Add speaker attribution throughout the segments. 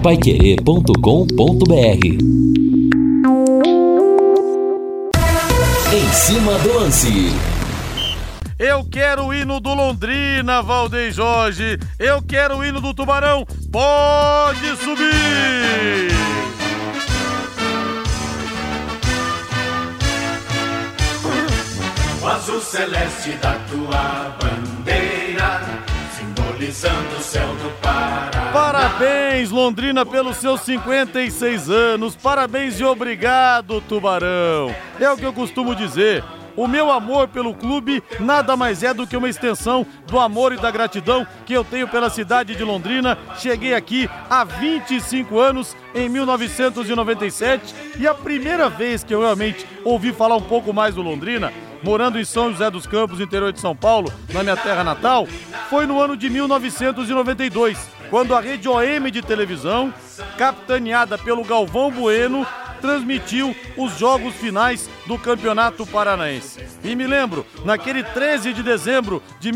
Speaker 1: Paiquerê.com.br. Em cima do lance.
Speaker 2: Eu quero o hino do Londrina, Valdeir Jorge. Eu quero o hino do Tubarão. Pode subir!
Speaker 3: O azul celeste da tua bandeira, simbolizando o céu do Pará.
Speaker 2: Parabéns, Londrina, pelos seus 56 anos. Parabéns e obrigado, Tubarão. É o que eu costumo dizer. O meu amor pelo clube nada mais é do que uma extensão do amor e da gratidão que eu tenho pela cidade de Londrina. Cheguei aqui há 25 anos, em 1997, e a primeira vez que eu realmente ouvi falar um pouco mais do Londrina, morando em São José dos Campos, interior de São Paulo, na minha terra natal, foi no ano de 1992, quando a Rede OM de televisão, capitaneada pelo Galvão Bueno, transmitiu os jogos finais do Campeonato Paranaense. E me lembro, naquele 13 de dezembro de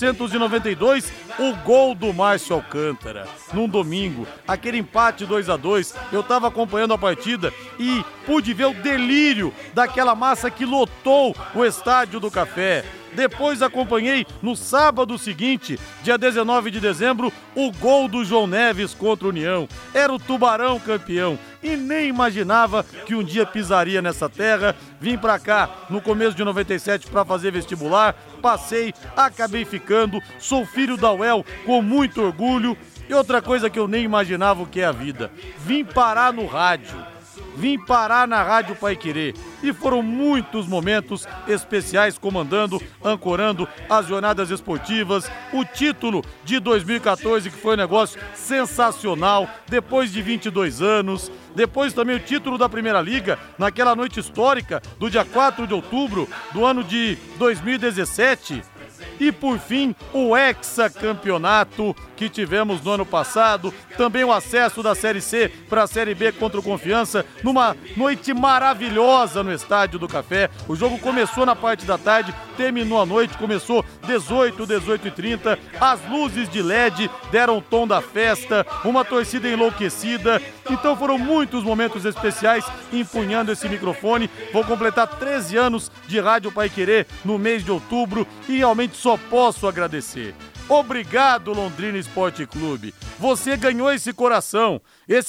Speaker 2: 1992, o gol do Márcio Alcântara, num domingo, aquele empate 2-2, eu estava acompanhando a partida e pude ver o delírio daquela massa que lotou o Estádio do Café. Depois acompanhei no sábado seguinte, dia 19 de dezembro, o gol do João Neves contra o União. Era o Tubarão campeão e nem imaginava que um dia pisaria nessa terra. Vim pra cá no começo de 97 para fazer vestibular, passei, acabei ficando, sou filho da UEL com muito orgulho. E outra coisa que eu nem imaginava o que é a vida, vim parar no rádio. Vim parar na Rádio Paiquerê e foram muitos momentos especiais comandando, ancorando as jornadas esportivas, o título de 2014 que foi um negócio sensacional, depois de 22 anos, depois também o título da Primeira Liga, naquela noite histórica do dia 4 de outubro do ano de 2017. E por fim, o hexacampeonato que tivemos no ano passado, também o acesso da Série C para a Série B contra o Confiança, numa noite maravilhosa no Estádio do Café. O jogo começou na parte da tarde, terminou à noite, começou 18h30, as luzes de LED deram o tom da festa, uma torcida enlouquecida. Então foram muitos momentos especiais empunhando esse microfone. Vou completar 13 anos de Rádio Paiquerê no mês de outubro e realmente só posso agradecer. Obrigado, Londrina Esporte Clube. Você ganhou esse coração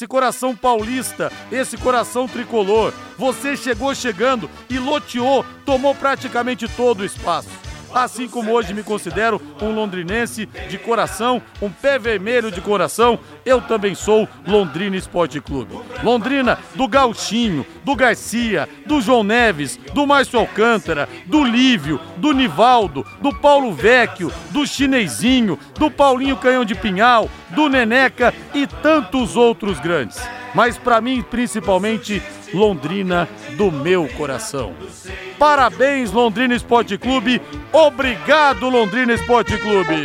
Speaker 2: paulista, esse coração tricolor. Você chegou chegando e loteou, tomou praticamente todo o espaço. Assim como hoje me considero um londrinense de coração, um pé vermelho de coração, eu também sou Londrina Esporte Clube. Londrina do Gauchinho, do Garcia, do João Neves, do Márcio Alcântara, do Lívio, do Nivaldo, do Paulo Vecchio, do Chinesinho, do Paulinho Canhão de Pinhal, do Neneca e tantos outros grandes. Mas para mim, principalmente, Londrina do meu coração. Parabéns, Londrina Esporte Clube. Obrigado, Londrina Esporte Clube.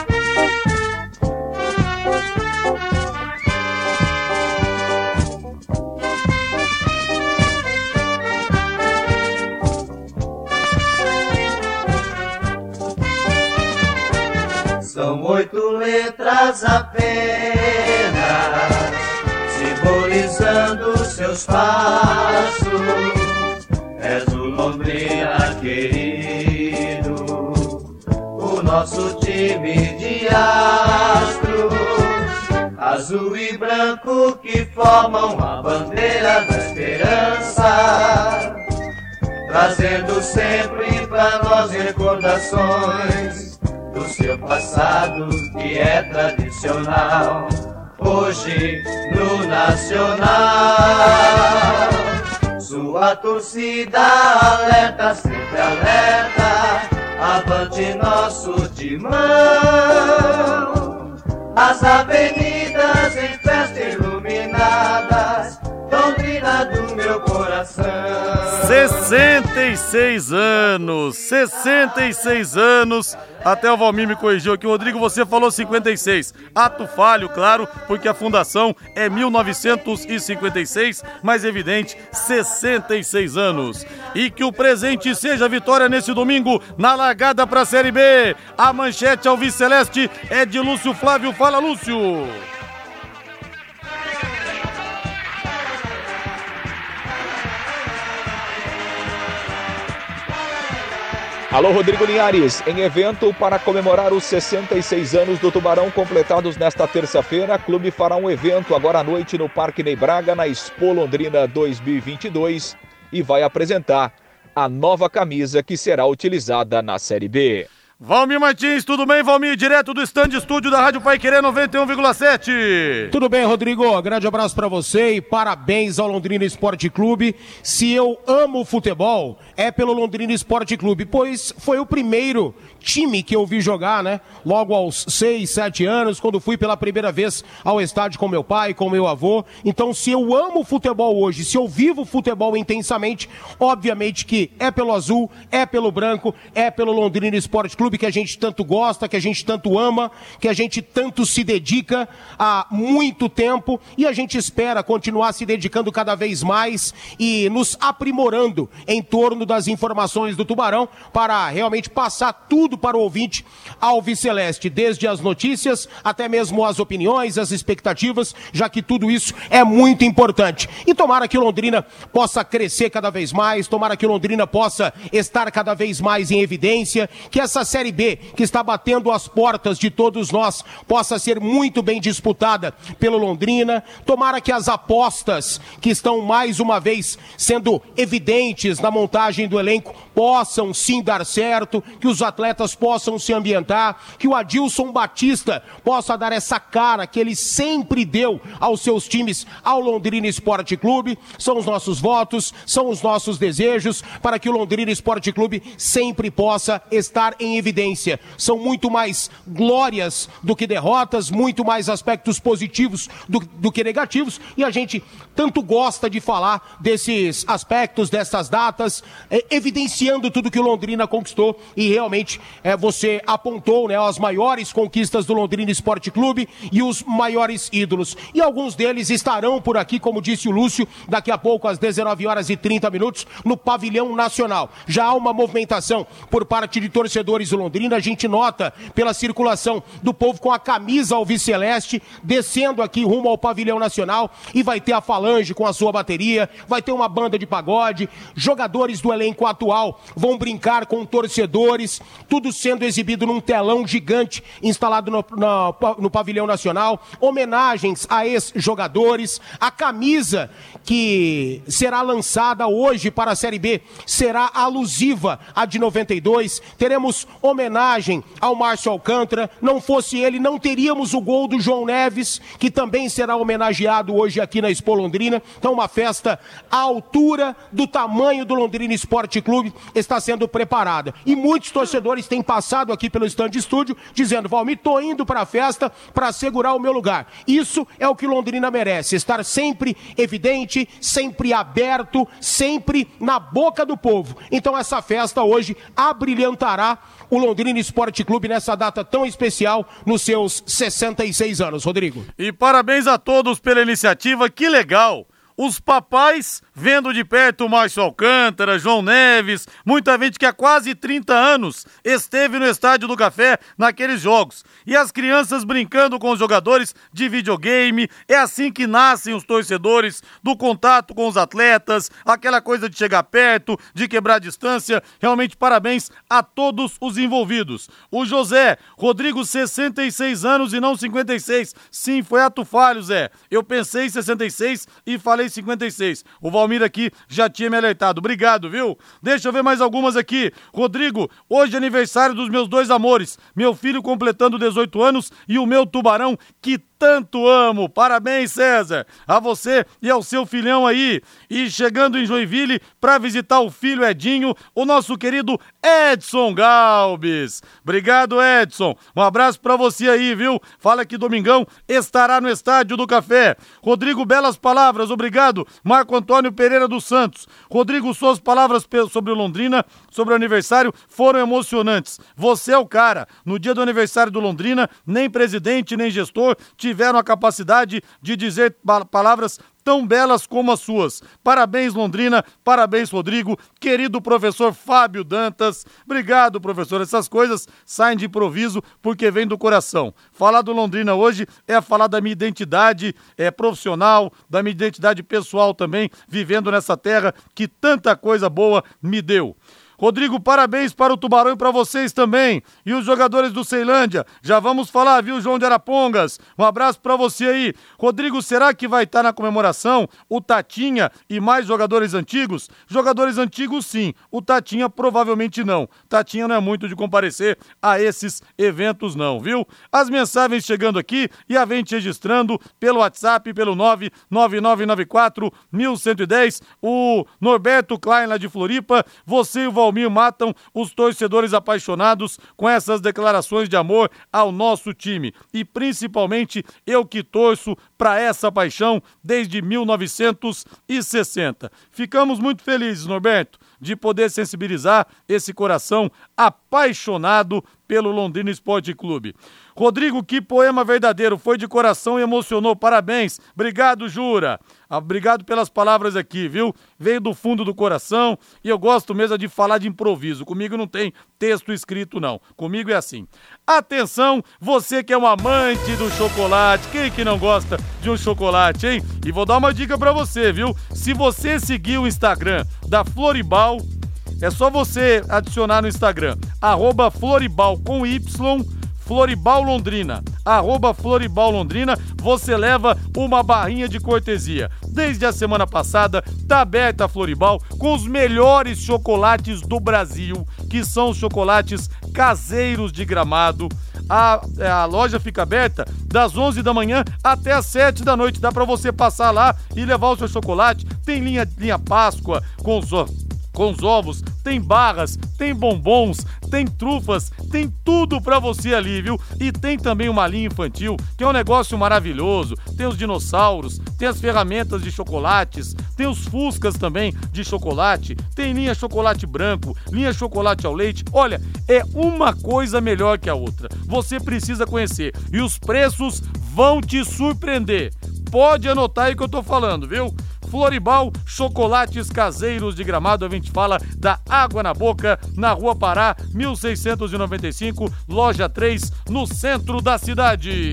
Speaker 4: São 8 letras apenas, simbolizando seus passos. És o Londrina querido, o nosso time de astros, azul e branco que formam a bandeira da esperança, trazendo sempre pra nós recordações do seu passado que é tradicional. Hoje no Nacional, sua torcida alerta, sempre alerta, avante nosso timão. As avenidas em festa iluminadas, Londrina do meu coração.
Speaker 2: 66 anos, até o Valmir me corrigiu aqui, Rodrigo, você falou 56, ato falho, claro, porque a fundação é 1956, mas evidente, 66 anos. E que o presente seja a vitória nesse domingo, na largada para a Série B. A manchete alviceleste é de Lúcio Flávio. Fala, Lúcio!
Speaker 5: Alô, Rodrigo Linhares. Em evento para comemorar os 66 anos do Tubarão completados nesta terça-feira, a clube fará um evento agora à noite no Parque Ney Braga, na Expo Londrina 2022, e vai apresentar a nova camisa que será utilizada na Série B.
Speaker 2: Valmir Martins, tudo bem, Valmir? Direto do Stand Estúdio da Rádio Paiquerê 91,7.
Speaker 6: Tudo bem, Rodrigo? Grande abraço pra você e parabéns ao Londrina Esporte Clube. Se eu amo futebol, é pelo Londrina Esporte Clube, pois foi o primeiro time que eu vi jogar, né? Logo aos 6, 7 anos, quando fui pela primeira vez ao estádio com meu pai, com meu avô. Então, se eu amo futebol hoje, se eu vivo futebol intensamente, obviamente que é pelo azul, é pelo branco, é pelo Londrina Esporte Clube, que a gente tanto gosta, que a gente tanto ama, que a gente tanto se dedica há muito tempo, e a gente espera continuar se dedicando cada vez mais e nos aprimorando em torno das informações do Tubarão para realmente passar tudo para o ouvinte alviceleste, desde as notícias até mesmo as opiniões, as expectativas, já que tudo isso é muito importante. E tomara que Londrina possa crescer cada vez mais, tomara que Londrina possa estar cada vez mais em evidência, que essa Série B, que está batendo as portas de todos nós, possa ser muito bem disputada pelo Londrina. Tomara que as apostas que estão mais uma vez sendo evidentes na montagem do elenco possam sim dar certo, que os atletas possam se ambientar, que o Adilson Batista possa dar essa cara que ele sempre deu aos seus times, ao Londrina Esporte Clube. São os nossos votos, são os nossos desejos para que o Londrina Esporte Clube sempre possa estar em evidência. São muito mais glórias do que derrotas, muito mais aspectos positivos do que negativos, e a gente tanto gosta de falar desses aspectos, dessas datas, evidenciando tudo que o Londrina conquistou, e realmente você apontou, né, as maiores conquistas do Londrina Esporte Clube e os maiores ídolos, e alguns deles estarão por aqui, como disse o Lúcio, daqui a pouco às 19h30 no Pavilhão Nacional. Já há uma movimentação por parte de torcedores do Londrina, a gente nota pela circulação do povo com a camisa alviceleste, descendo aqui rumo ao Pavilhão Nacional, e vai ter a Falange com a sua bateria, vai ter uma banda de pagode, jogadores do elenco atual vão brincar com torcedores, tudo sendo exibido num telão gigante instalado no Pavilhão Nacional, homenagens a ex-jogadores, a camisa que será lançada hoje para a Série B será alusiva à de 92, teremos homenagem ao Márcio Alcântara, não fosse ele, não teríamos o gol do João Neves, que também será homenageado hoje aqui na Expo Londrina. Então uma festa à altura do tamanho do Londrina Esporte Clube está sendo preparada, e muitos torcedores têm passado aqui pelo Stand Estúdio dizendo: Valmir, tô indo para a festa para segurar o meu lugar. Isso é o que Londrina merece, estar sempre evidente, sempre aberto, sempre na boca do povo. Então essa festa hoje abrilhantará o Londrina Esporte Clube nessa data tão especial, nos seus 66 anos, Rodrigo.
Speaker 2: E parabéns a todos pela iniciativa, que legal! Os papais vendo de perto o Márcio Alcântara, João Neves, muita gente que há quase 30 anos esteve no Estádio do Café naqueles jogos. E as crianças brincando com os jogadores de videogame. É assim que nascem os torcedores, do contato com os atletas, aquela coisa de chegar perto, de quebrar distância. Realmente parabéns a todos os envolvidos. O José, Rodrigo, 66 anos e não 56. Sim, foi ato falho, Zé. Eu pensei em 66 e falei 56. O Valmir aqui já tinha me alertado. Obrigado, viu? Deixa eu ver mais algumas aqui. Rodrigo, hoje é aniversário dos meus dois amores. Meu filho completando 18 anos e o meu Tubarão, que tanto amo. Parabéns, César, a você e ao seu filhão aí. E chegando em Joinville para visitar o filho Edinho, o nosso querido Edson Galbis. Obrigado, Edson. Um abraço para você aí, viu? Fala que domingão estará no Estádio do Café. Rodrigo, belas palavras, obrigado. Marco Antônio Pereira dos Santos. Rodrigo, suas palavras sobre o Londrina, sobre o aniversário, foram emocionantes. Você é o cara. No dia do aniversário do Londrina, nem presidente, nem gestor tiveram a capacidade de dizer palavras tão belas como as suas. Parabéns, Londrina, parabéns, Rodrigo, querido professor Fábio Dantas. Obrigado, professor. Essas coisas saem de improviso porque vem do coração. Falar do Londrina hoje é falar da minha identidade profissional, da minha identidade pessoal também, vivendo nessa terra que tanta coisa boa me deu. Rodrigo, parabéns para o Tubarão e para vocês também. E os jogadores do Ceilândia. Já vamos falar, viu, João de Arapongas? Um abraço para você aí. Rodrigo, será que vai estar na comemoração o Tatinha e mais jogadores antigos? Jogadores antigos, sim. O Tatinha provavelmente não. Tatinha não é muito de comparecer a esses eventos não, viu? As mensagens chegando aqui e a gente registrando pelo WhatsApp, pelo 99994-1110. O Norberto Klein lá de Floripa. Você e o Valmir matam os torcedores apaixonados com essas declarações de amor ao nosso time. E principalmente eu que torço para essa paixão desde 1960. Ficamos muito felizes, Norberto, de poder sensibilizar esse coração apaixonado pelo Londrina Esporte Clube. Rodrigo, que poema verdadeiro, foi de coração e emocionou, parabéns. Obrigado, Jura. Obrigado pelas palavras aqui, viu? Veio do fundo do coração e eu gosto mesmo de falar de improviso. Comigo não tem texto escrito, não. Comigo é assim. Atenção, você que é um amante do chocolate, quem que não gosta de um chocolate, hein? E vou dar uma dica pra você, viu? Se você seguir o Instagram da Floribal, é só você adicionar no Instagram, @Floribal com Y, Floribal Londrina, @Floribal Londrina, você leva uma barrinha de cortesia. Desde a semana passada, tá aberta a Floribal com os melhores chocolates do Brasil, que são os chocolates caseiros de Gramado. A loja fica aberta das 11 da manhã até as 7 da noite. Dá pra você passar lá e levar o seu chocolate. Tem linha Páscoa com os ovos, tem barras, tem bombons, tem trufas, tem tudo pra você ali, viu? E tem também uma linha infantil, que é um negócio maravilhoso. Tem os dinossauros, tem as ferramentas de chocolates, tem os fuscas também de chocolate, tem linha chocolate branco, linha chocolate ao leite. Olha, é uma coisa melhor que a outra. Você precisa conhecer e os preços vão te surpreender. Pode anotar aí o que eu tô falando, viu? Floribal, chocolates caseiros de Gramado. A gente fala da Água na Boca, na Rua Pará, 1695, loja 3, no centro da cidade.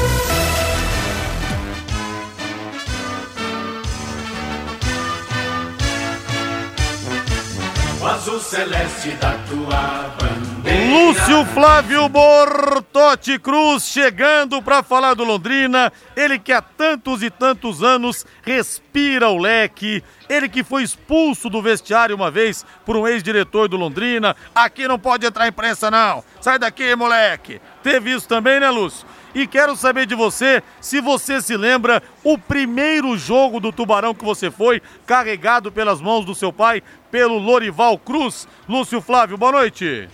Speaker 3: O azul celeste da tua bandeira.
Speaker 2: Lúcio Flávio Bortotti Cruz chegando para falar do Londrina. Ele que há tantos e tantos anos respira o leque. Ele que foi expulso do vestiário uma vez por um ex-diretor do Londrina. Aqui não pode entrar imprensa não. Sai daqui, moleque. Teve isso também, né, Lúcio? E quero saber de você, se você se lembra, o primeiro jogo do Tubarão que você foi, carregado pelas mãos do seu pai, pelo Lorival Cruz. Lúcio Flávio, boa noite.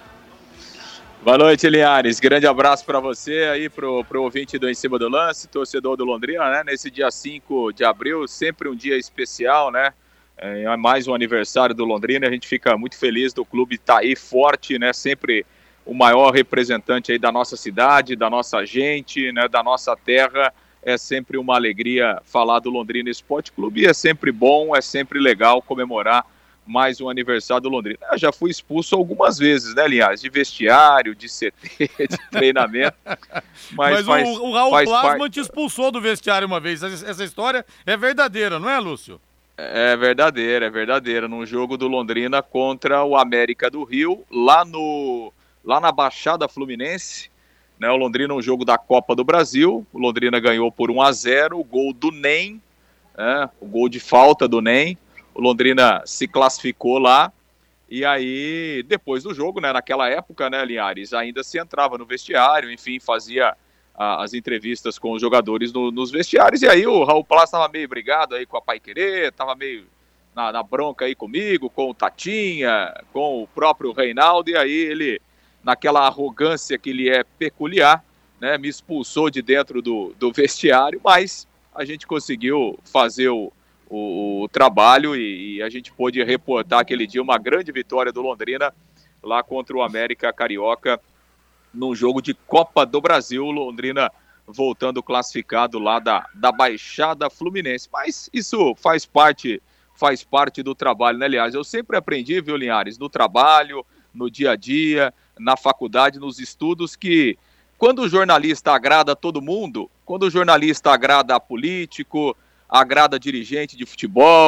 Speaker 5: Boa noite, Linhares. Grande abraço para você aí, pro ouvinte do Em Cima do Lance, torcedor do Londrina, né? Nesse dia 5 de abril, sempre um dia especial, né? É mais um aniversário do Londrina, a gente fica muito feliz do clube estar aí forte, né? Sempre o maior representante aí da nossa cidade, da nossa gente, né, da nossa terra. É sempre uma alegria falar do Londrina Esporte Clube e é sempre bom, é sempre legal comemorar mais um aniversário do Londrina. Eu já fui expulso algumas vezes, né, Linhares? De vestiário, de CT, de treinamento. Mas
Speaker 2: o Raul Plasman te expulsou do vestiário uma vez. Essa história é verdadeira, não é, Lúcio?
Speaker 5: É verdadeira. Num jogo do Londrina contra o América do Rio, lá na Baixada Fluminense, né, o Londrina, um jogo da Copa do Brasil, o Londrina ganhou por 1-0, o gol do NEM, o gol de falta do NEM, o Londrina se classificou lá, e aí, depois do jogo, né, naquela época, né, Linhares, ainda se entrava no vestiário, enfim, fazia as entrevistas com os jogadores nos vestiários, e aí o Raul Plas estava meio brigado aí com a Paiquerê, estava meio na bronca aí comigo, com o Tatinha, com o próprio Reinaldo, e aí ele, naquela arrogância que lhe é peculiar, né, me expulsou de dentro do vestiário, mas a gente conseguiu fazer o trabalho e a gente pôde reportar aquele dia uma grande vitória do Londrina lá contra o América Carioca num jogo de Copa do Brasil, Londrina voltando classificado lá da Baixada Fluminense, mas isso faz parte do trabalho, né, aliás, eu sempre aprendi, viu, Linhares, no trabalho, no dia a dia, na faculdade, nos estudos, que quando o jornalista agrada todo mundo, quando o jornalista agrada político, agrada dirigente de futebol,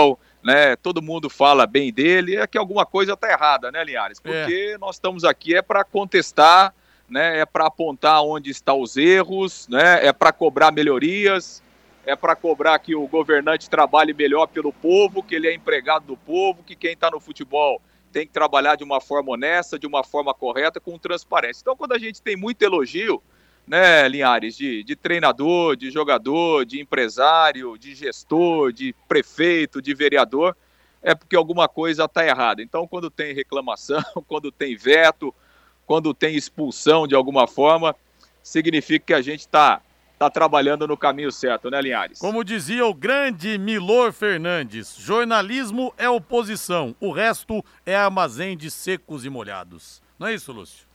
Speaker 5: né? Todo mundo fala bem dele, é que alguma coisa está errada, né, Linhares? Porque nós estamos aqui para contestar, né? É para apontar onde estão os erros, né? É para cobrar melhorias, é para cobrar que o governante trabalhe melhor pelo povo, que ele é empregado do povo, que quem está no futebol tem que trabalhar de uma forma honesta, de uma forma correta, com transparência. Então, quando a gente tem muito elogio, né, Linhares, de treinador, de jogador, de empresário, de gestor, de prefeito, de vereador, é porque alguma coisa está errada. Então, quando tem reclamação, quando tem veto, quando tem expulsão de alguma forma, significa que a gente está trabalhando no caminho certo, né, Linhares?
Speaker 2: Como dizia o grande Milor Fernandes, jornalismo é oposição, o resto é armazém de secos e molhados. Não é isso, Lúcio?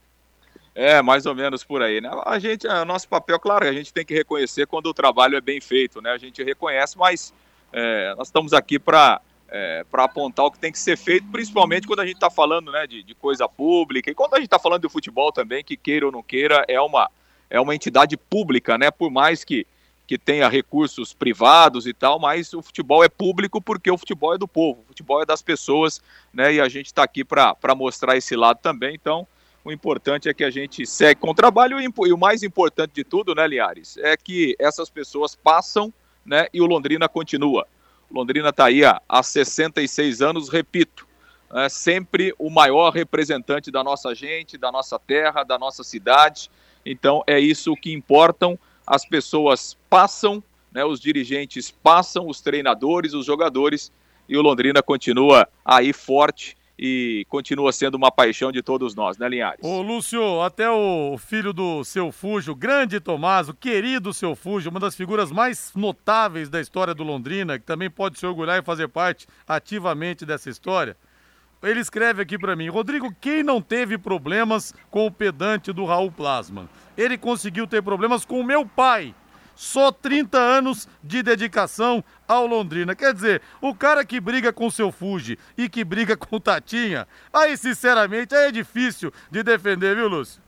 Speaker 5: É, mais ou menos por aí, né? Nosso papel, claro, a gente tem que reconhecer quando o trabalho é bem feito, né? A gente reconhece, mas nós estamos aqui para apontar o que tem que ser feito, principalmente quando a gente está falando, né, de coisa pública, e quando a gente está falando de futebol também, que queira ou não queira, é uma entidade pública, né? Por mais que tenha recursos privados e tal, mas o futebol é público porque o futebol é do povo, o futebol é das pessoas, né? E a gente está aqui para mostrar esse lado também. Então, o importante é que a gente segue com o trabalho e o mais importante de tudo, né, Linhares, é que essas pessoas passam, né? E o Londrina continua. O Londrina está aí há 66 anos, repito, sempre o maior representante da nossa gente, da nossa terra, da nossa cidade. Então é isso que importam, as pessoas passam, né, os dirigentes passam, os treinadores, os jogadores, e o Londrina continua aí forte e continua sendo uma paixão de todos nós, né, Linhares?
Speaker 2: Ô, Lúcio, até o filho do Seu Fujo, grande Tomás, o querido Seu Fujo, uma das figuras mais notáveis da história do Londrina, que também pode se orgulhar e fazer parte ativamente dessa história. Ele escreve aqui pra mim: Rodrigo, quem não teve problemas com o pedante do Raul Plasman? Ele conseguiu ter problemas com o meu pai. Só 30 anos de dedicação ao Londrina. Quer dizer, o cara que briga com o Seu Fuji e que briga com o Tatinha, aí sinceramente aí é difícil de defender, viu, Lúcio?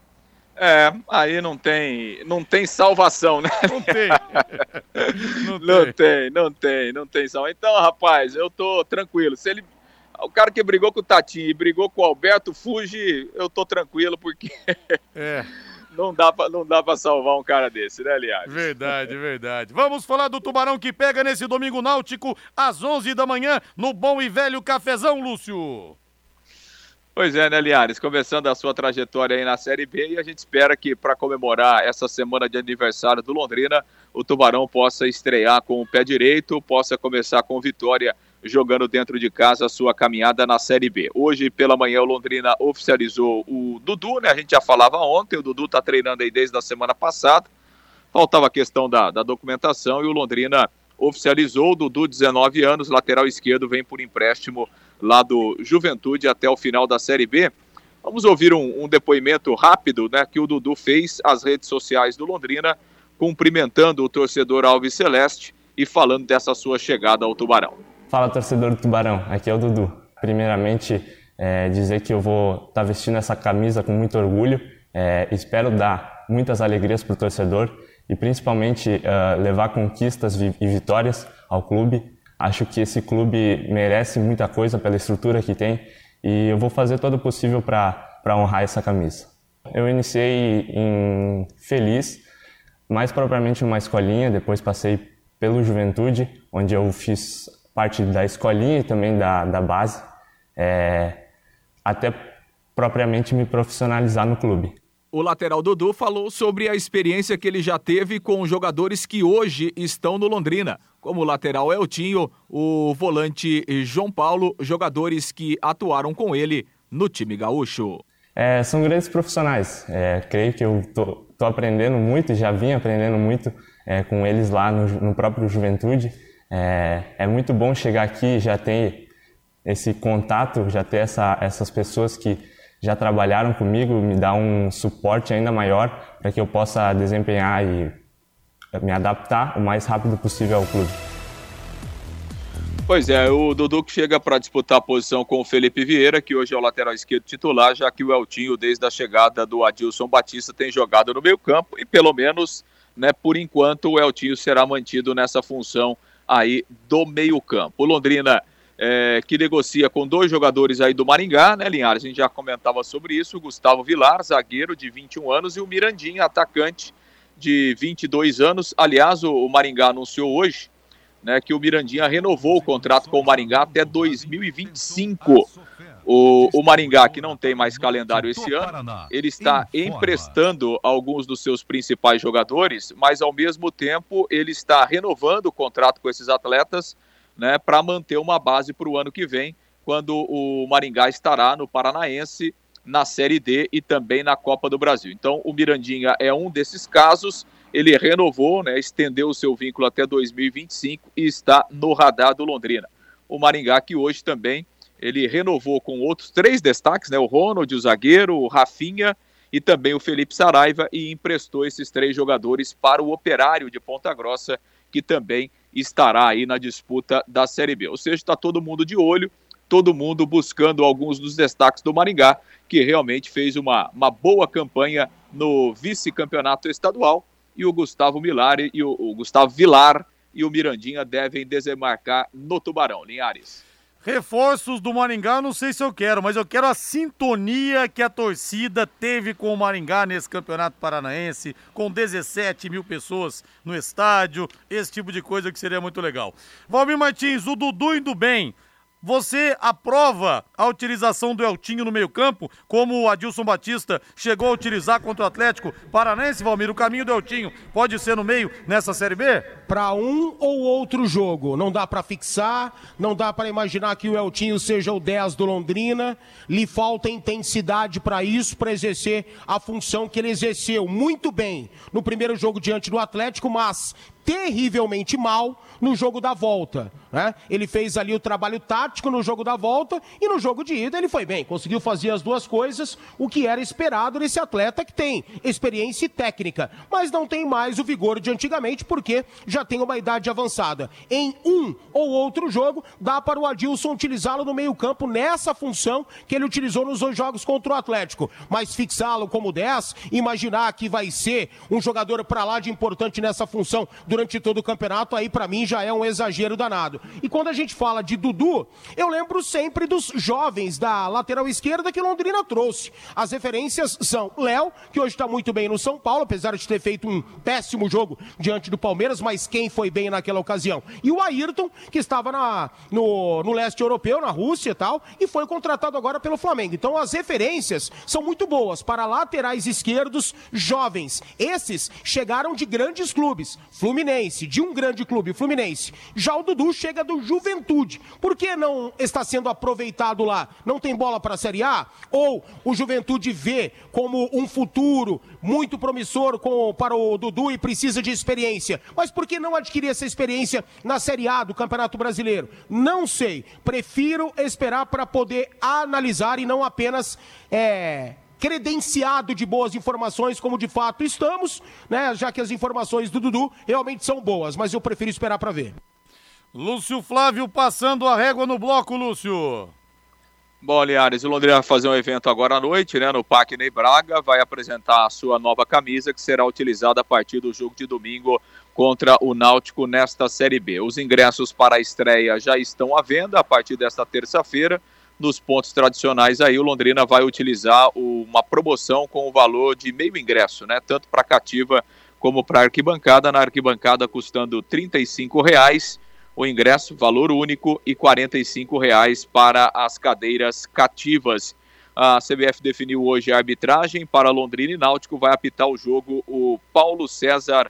Speaker 5: Aí não tem salvação, né? Não tem salvação. Então, rapaz, eu tô tranquilo. O cara que brigou com o Tatinha e brigou com o Alberto Fuji, eu tô tranquilo, porque não dá pra salvar um cara desse, né, aliás?
Speaker 2: Verdade. Vamos falar do Tubarão que pega nesse domingo náutico às 11 da manhã no bom e velho cafezão, Lúcio.
Speaker 5: Pois é, né, Linhares? Começando a sua trajetória aí na Série B, e a gente espera que, para comemorar essa semana de aniversário do Londrina, o Tubarão possa estrear com o pé direito, possa começar com vitória, jogando dentro de casa a sua caminhada na Série B. Hoje, pela manhã, o Londrina oficializou o Dudu, né? A gente já falava ontem, o Dudu está treinando aí desde a semana passada. Faltava a questão da documentação e o Londrina oficializou o Dudu, 19 anos, lateral esquerdo, vem por empréstimo lá do Juventude até o final da Série B. Vamos ouvir um depoimento rápido, né, que o Dudu fez às redes sociais do Londrina, cumprimentando o torcedor Alves Celeste e falando dessa sua chegada ao Tubarão.
Speaker 7: Fala, torcedor do Tubarão, aqui é o Dudu. Primeiramente, dizer que eu vou estar vestindo essa camisa com muito orgulho, espero dar muitas alegrias para o torcedor e principalmente levar conquistas e vitórias ao clube. Acho que esse clube merece muita coisa pela estrutura que tem e eu vou fazer todo o possível para honrar essa camisa. Eu iniciei em Feliz, mais propriamente uma escolinha, depois passei pelo Juventude, onde eu fiz parte da escolinha e também da base, até propriamente me profissionalizar no clube.
Speaker 8: O lateral Dudu falou sobre a experiência que ele já teve com jogadores que hoje estão no Londrina, como o lateral Eltinho, o volante João Paulo, jogadores que atuaram com ele no time gaúcho.
Speaker 7: São grandes profissionais, creio que eu tô aprendendo muito, já vim aprendendo muito com eles lá no próprio Juventude. É muito bom chegar aqui e já ter esse contato, já ter essas pessoas que já trabalharam comigo, me dá um suporte ainda maior para que eu possa desempenhar e me adaptar o mais rápido possível ao clube.
Speaker 5: Pois é, o Dudu que chega para disputar a posição com o Felipe Vieira, que hoje é o lateral esquerdo titular, já que o Eltinho, desde a chegada do Adilson Batista, tem jogado no meio campo e pelo menos, né, por enquanto, o Eltinho será mantido nessa função
Speaker 8: aí do meio-campo. O Londrina que negocia com 2 jogadores aí do Maringá, né, Linhares? A gente já comentava sobre isso, o Gustavo Vilar, zagueiro de 21 anos, e o Mirandinha, atacante de 22 anos. Aliás, o Maringá anunciou hoje, né, que o Mirandinha renovou o contrato com o Maringá até 2025. O Maringá, que não tem mais calendário esse ano, ele está emprestando alguns dos seus principais jogadores, mas ao mesmo tempo ele está renovando o contrato com esses atletas, né, para manter uma base para o ano que vem, quando o Maringá estará no Paranaense, na Série D e também na Copa do Brasil. Então o Mirandinha é um desses casos, ele renovou, né, estendeu o seu vínculo até 2025 e está no radar do Londrina. O Maringá, que hoje também ele renovou com outros 3 destaques, né, o Ronald, o zagueiro, o Rafinha e também o Felipe Saraiva, e emprestou esses 3 jogadores para o Operário de Ponta Grossa, que também estará aí na disputa da Série B. Ou seja, está todo mundo de olho, todo mundo buscando alguns dos destaques do Maringá, que realmente fez uma boa campanha no vice-campeonato estadual, e o Gustavo Vilar e o Mirandinha devem desembarcar no Tubarão. Linhares.
Speaker 2: Reforços do Maringá, não sei se eu quero, mas eu quero a sintonia que a torcida teve com o Maringá nesse campeonato paranaense, com 17 mil pessoas no estádio, esse tipo de coisa que seria muito legal. Valmir Martins, o Dudu indo bem. Você aprova a utilização do Eltinho no meio-campo, como o Adilson Batista chegou a utilizar contra o Atlético Paranaense, Valmir? O caminho do Eltinho pode ser no meio nessa Série B?
Speaker 6: Para um ou outro jogo. Não dá para fixar, não dá para imaginar que o Eltinho seja o 10 do Londrina. Lhe falta intensidade para isso, para exercer a função que ele exerceu muito bem no primeiro jogo diante do Atlético, mas terrivelmente mal no jogo da volta, né? Ele fez ali o trabalho tático no jogo da volta e no jogo de ida ele foi bem, conseguiu fazer as duas coisas, o que era esperado desse atleta que tem experiência e técnica, mas não tem mais o vigor de antigamente porque já tem uma idade avançada. Em um ou outro jogo, dá para o Adilson utilizá-lo no meio-campo nessa função que ele utilizou nos 2 jogos contra o Atlético, mas fixá-lo como 10, imaginar que vai ser um jogador para lá de importante nessa função durante todo o campeonato, aí para mim já é um exagero danado. E quando a gente fala de Dudu, eu lembro sempre dos jovens da lateral esquerda que Londrina trouxe. As referências são Léo, que hoje está muito bem no São Paulo, apesar de ter feito um péssimo jogo diante do Palmeiras, mas quem foi bem naquela ocasião? E o Ayrton, que estava no leste europeu, na Rússia e tal, e foi contratado agora pelo Flamengo. Então as referências são muito boas para laterais esquerdos jovens. Esses chegaram de grandes clubes, Fluminense, de um grande clube, Fluminense. Já o Dudu chega do Juventude. Por que não está sendo aproveitado lá? Não tem bola para a Série A? Ou o Juventude vê como um futuro muito promissor para o Dudu e precisa de experiência? Mas por que não adquirir essa experiência na Série A do Campeonato Brasileiro? Não sei. Prefiro esperar para poder analisar e não apenas credenciado de boas informações, como de fato estamos, né? Já que as informações do Dudu realmente são boas, mas eu prefiro esperar para ver.
Speaker 2: Lúcio Flávio passando a régua no bloco, Lúcio.
Speaker 8: Bom, Linhares, o Londrina vai fazer um evento agora à noite, né, no Parque Ney Braga, vai apresentar a sua nova camisa, que será utilizada a partir do jogo de domingo contra o Náutico nesta Série B. Os ingressos para a estreia já estão à venda a partir desta terça-feira. Nos pontos tradicionais aí, o Londrina vai utilizar uma promoção com o valor de meio ingresso, né, tanto para a cativa como para a arquibancada. Na arquibancada custando R$ 35,00 o ingresso, valor único, e R$ 45,00 para as cadeiras cativas. A CBF definiu hoje a arbitragem para Londrina e Náutico. Vai apitar o jogo o Paulo César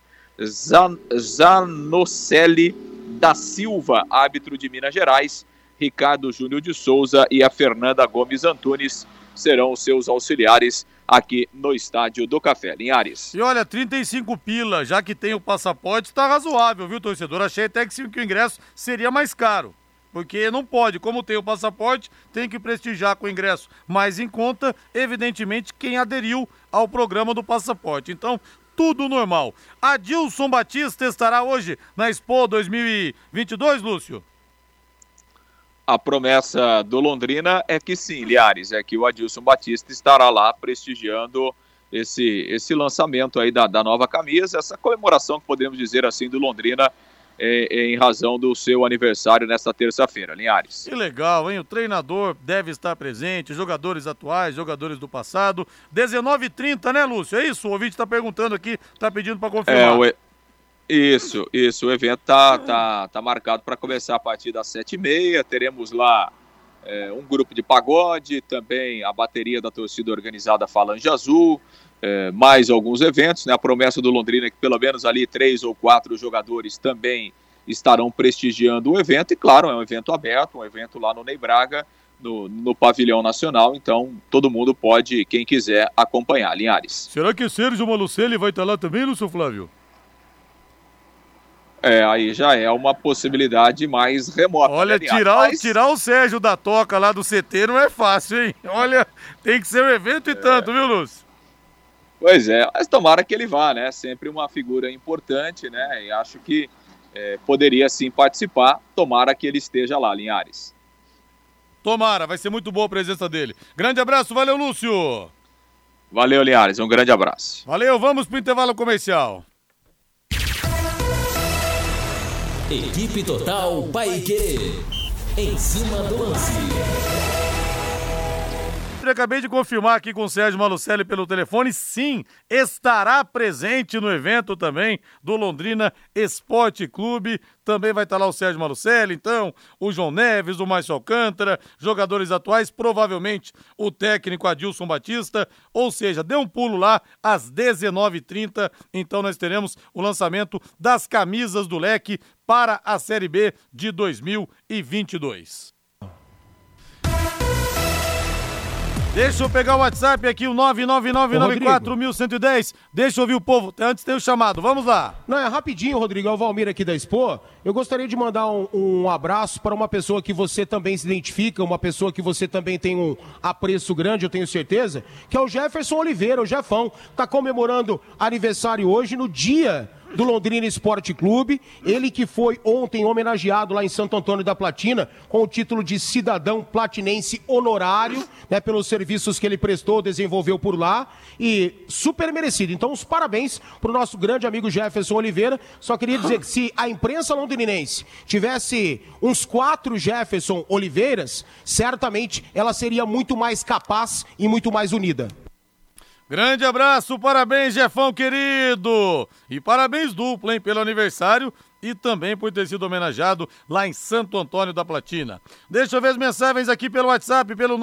Speaker 8: Zanocelli da Silva, árbitro de Minas Gerais. Ricardo Júnior de Souza e a Fernanda Gomes Antunes serão os seus auxiliares aqui no Estádio do Café. Linhares.
Speaker 2: E olha, 35 pila, já que tem o passaporte, tá razoável, viu, torcedor? Achei até que o ingresso seria mais caro, porque não pode, como tem o passaporte, tem que prestigiar com o ingresso mais em conta, evidentemente, quem aderiu ao programa do passaporte. Então, tudo normal. Adilson Batista estará hoje na Expo 2022, Lúcio?
Speaker 8: A promessa do Londrina é que sim, Linhares, é que o Adilson Batista estará lá prestigiando esse lançamento aí da nova camisa, essa comemoração que podemos dizer assim do Londrina em razão do seu aniversário nesta terça-feira, Linhares.
Speaker 2: Que legal, hein? O treinador deve estar presente, jogadores atuais, jogadores do passado. 19h30, né, Lúcio? É isso? O ouvinte está perguntando aqui, está pedindo para confirmar.
Speaker 8: Isso. O evento tá marcado para começar a partir das 7h30. Teremos lá um grupo de pagode, também a bateria da torcida organizada Falange Azul, mais alguns eventos, né? A promessa do Londrina é que pelo menos ali 3 ou 4 jogadores também estarão prestigiando o evento, e claro, é um evento aberto, um evento lá no Ney Braga, no Pavilhão Nacional, então todo mundo pode, quem quiser, acompanhar, Linhares.
Speaker 2: Será que Sérgio Malucelli vai estar lá também, Lúcio Flávio?
Speaker 8: Aí já é uma possibilidade mais remota.
Speaker 2: Olha,
Speaker 8: né,
Speaker 2: tirar o Sérgio da toca lá do CT não é fácil, hein? Olha, tem que ser um evento e tanto, viu, Lúcio?
Speaker 8: Pois é, mas tomara que ele vá, né? Sempre uma figura importante, né? E acho que poderia sim participar. Tomara que ele esteja lá, Linhares.
Speaker 2: Tomara, vai ser muito boa a presença dele. Grande abraço, valeu, Lúcio.
Speaker 8: Valeu, Linhares, um grande abraço.
Speaker 2: Valeu, vamos pro intervalo comercial.
Speaker 1: Equipe Total Paiquerê, em cima do lance.
Speaker 2: Acabei de confirmar aqui com o Sérgio Malucelli pelo telefone, sim, estará presente no evento também do Londrina Esporte Clube. Também vai estar lá o Sérgio Malucelli, então, o João Neves, o Márcio Alcântara, jogadores atuais, provavelmente o técnico Adilson Batista, ou seja, dê um pulo lá às 19h30, então nós teremos o lançamento das camisas do Leque para a Série B de 2022. Deixa eu pegar o WhatsApp aqui, o 999941110. Deixa eu ouvir o povo. Antes tem o chamado. Vamos lá.
Speaker 6: Não, é rapidinho, Rodrigo. É o Valmir aqui da Expo. Eu gostaria de mandar um abraço para uma pessoa que você também se identifica, uma pessoa que você também tem um apreço grande, eu tenho certeza, que é o Jefferson Oliveira, o Jefão. Tá comemorando aniversário hoje, no dia do Londrina Esporte Clube, ele que foi ontem homenageado lá em Santo Antônio da Platina com o título de cidadão platinense honorário, né, pelos serviços que ele prestou, desenvolveu por lá, e super merecido. Então, os parabéns pro nosso grande amigo Jefferson Oliveira. Só queria dizer que se a imprensa londrinense tivesse uns 4 Jefferson Oliveiras, certamente ela seria muito mais capaz e muito mais unida.
Speaker 2: Grande abraço, parabéns, Jefão querido! E parabéns duplo, hein, pelo aniversário e também por ter sido homenageado lá em Santo Antônio da Platina. Deixa eu ver as mensagens aqui pelo WhatsApp, pelo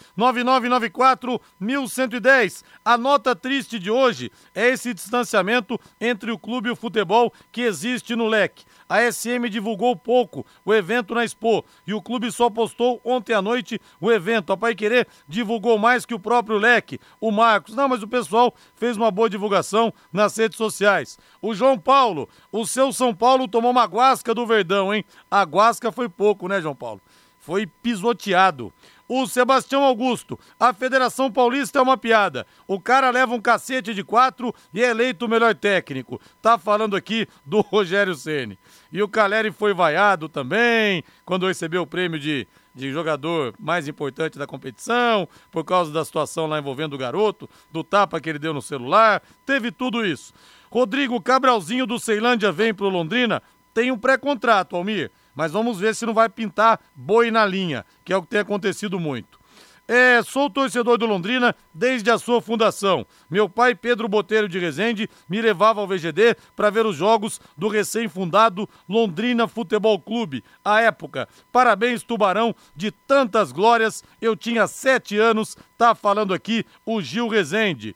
Speaker 2: 99994-1110. A nota triste de hoje é esse distanciamento entre o clube e o futebol que existe no Leque. A SM divulgou pouco o evento na Expo e o clube só postou ontem à noite o evento. A Paiquerê divulgou mais que o próprio Leque, o Marcos. Não, mas o pessoal fez uma boa divulgação nas redes sociais. O João Paulo, o seu São Paulo tomou uma guasca do Verdão, hein? A guasca foi pouco, né, João Paulo? Foi pisoteado. O Sebastião Augusto, a Federação Paulista é uma piada. O cara leva um cacete de 4 e é eleito o melhor técnico. Tá falando aqui do Rogério Ceni. E o Caleri foi vaiado também, quando recebeu o prêmio de jogador mais importante da competição, por causa da situação lá envolvendo o garoto, do tapa que ele deu no celular. Teve tudo isso. Rodrigo Cabralzinho do Ceilândia vem pro Londrina. Tem um pré-contrato, Almir, mas vamos ver se não vai pintar boi na linha, que é o que tem acontecido muito. Sou torcedor do Londrina desde a sua fundação. Meu pai, Pedro Botelho de Resende, me levava ao VGD para ver os jogos do recém-fundado Londrina Futebol Clube. À época, parabéns, Tubarão, de tantas glórias. Eu tinha 7 anos, tá falando aqui o Gil Resende.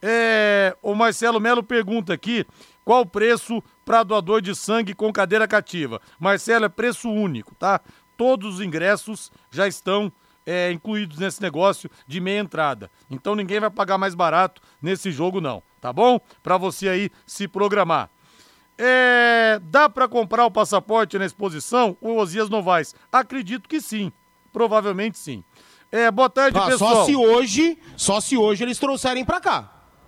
Speaker 2: O Marcelo Melo pergunta aqui, qual o preço para doador de sangue com cadeira cativa? Marcelo, é preço único, tá? Todos os ingressos já estão incluídos nesse negócio de meia entrada. Então ninguém vai pagar mais barato nesse jogo não, tá bom? Para você aí se programar. Dá para comprar o passaporte na exposição? O Osias Novaes? Acredito que sim, provavelmente sim. Boa tarde, pessoal.
Speaker 6: Só se hoje eles trouxerem para cá.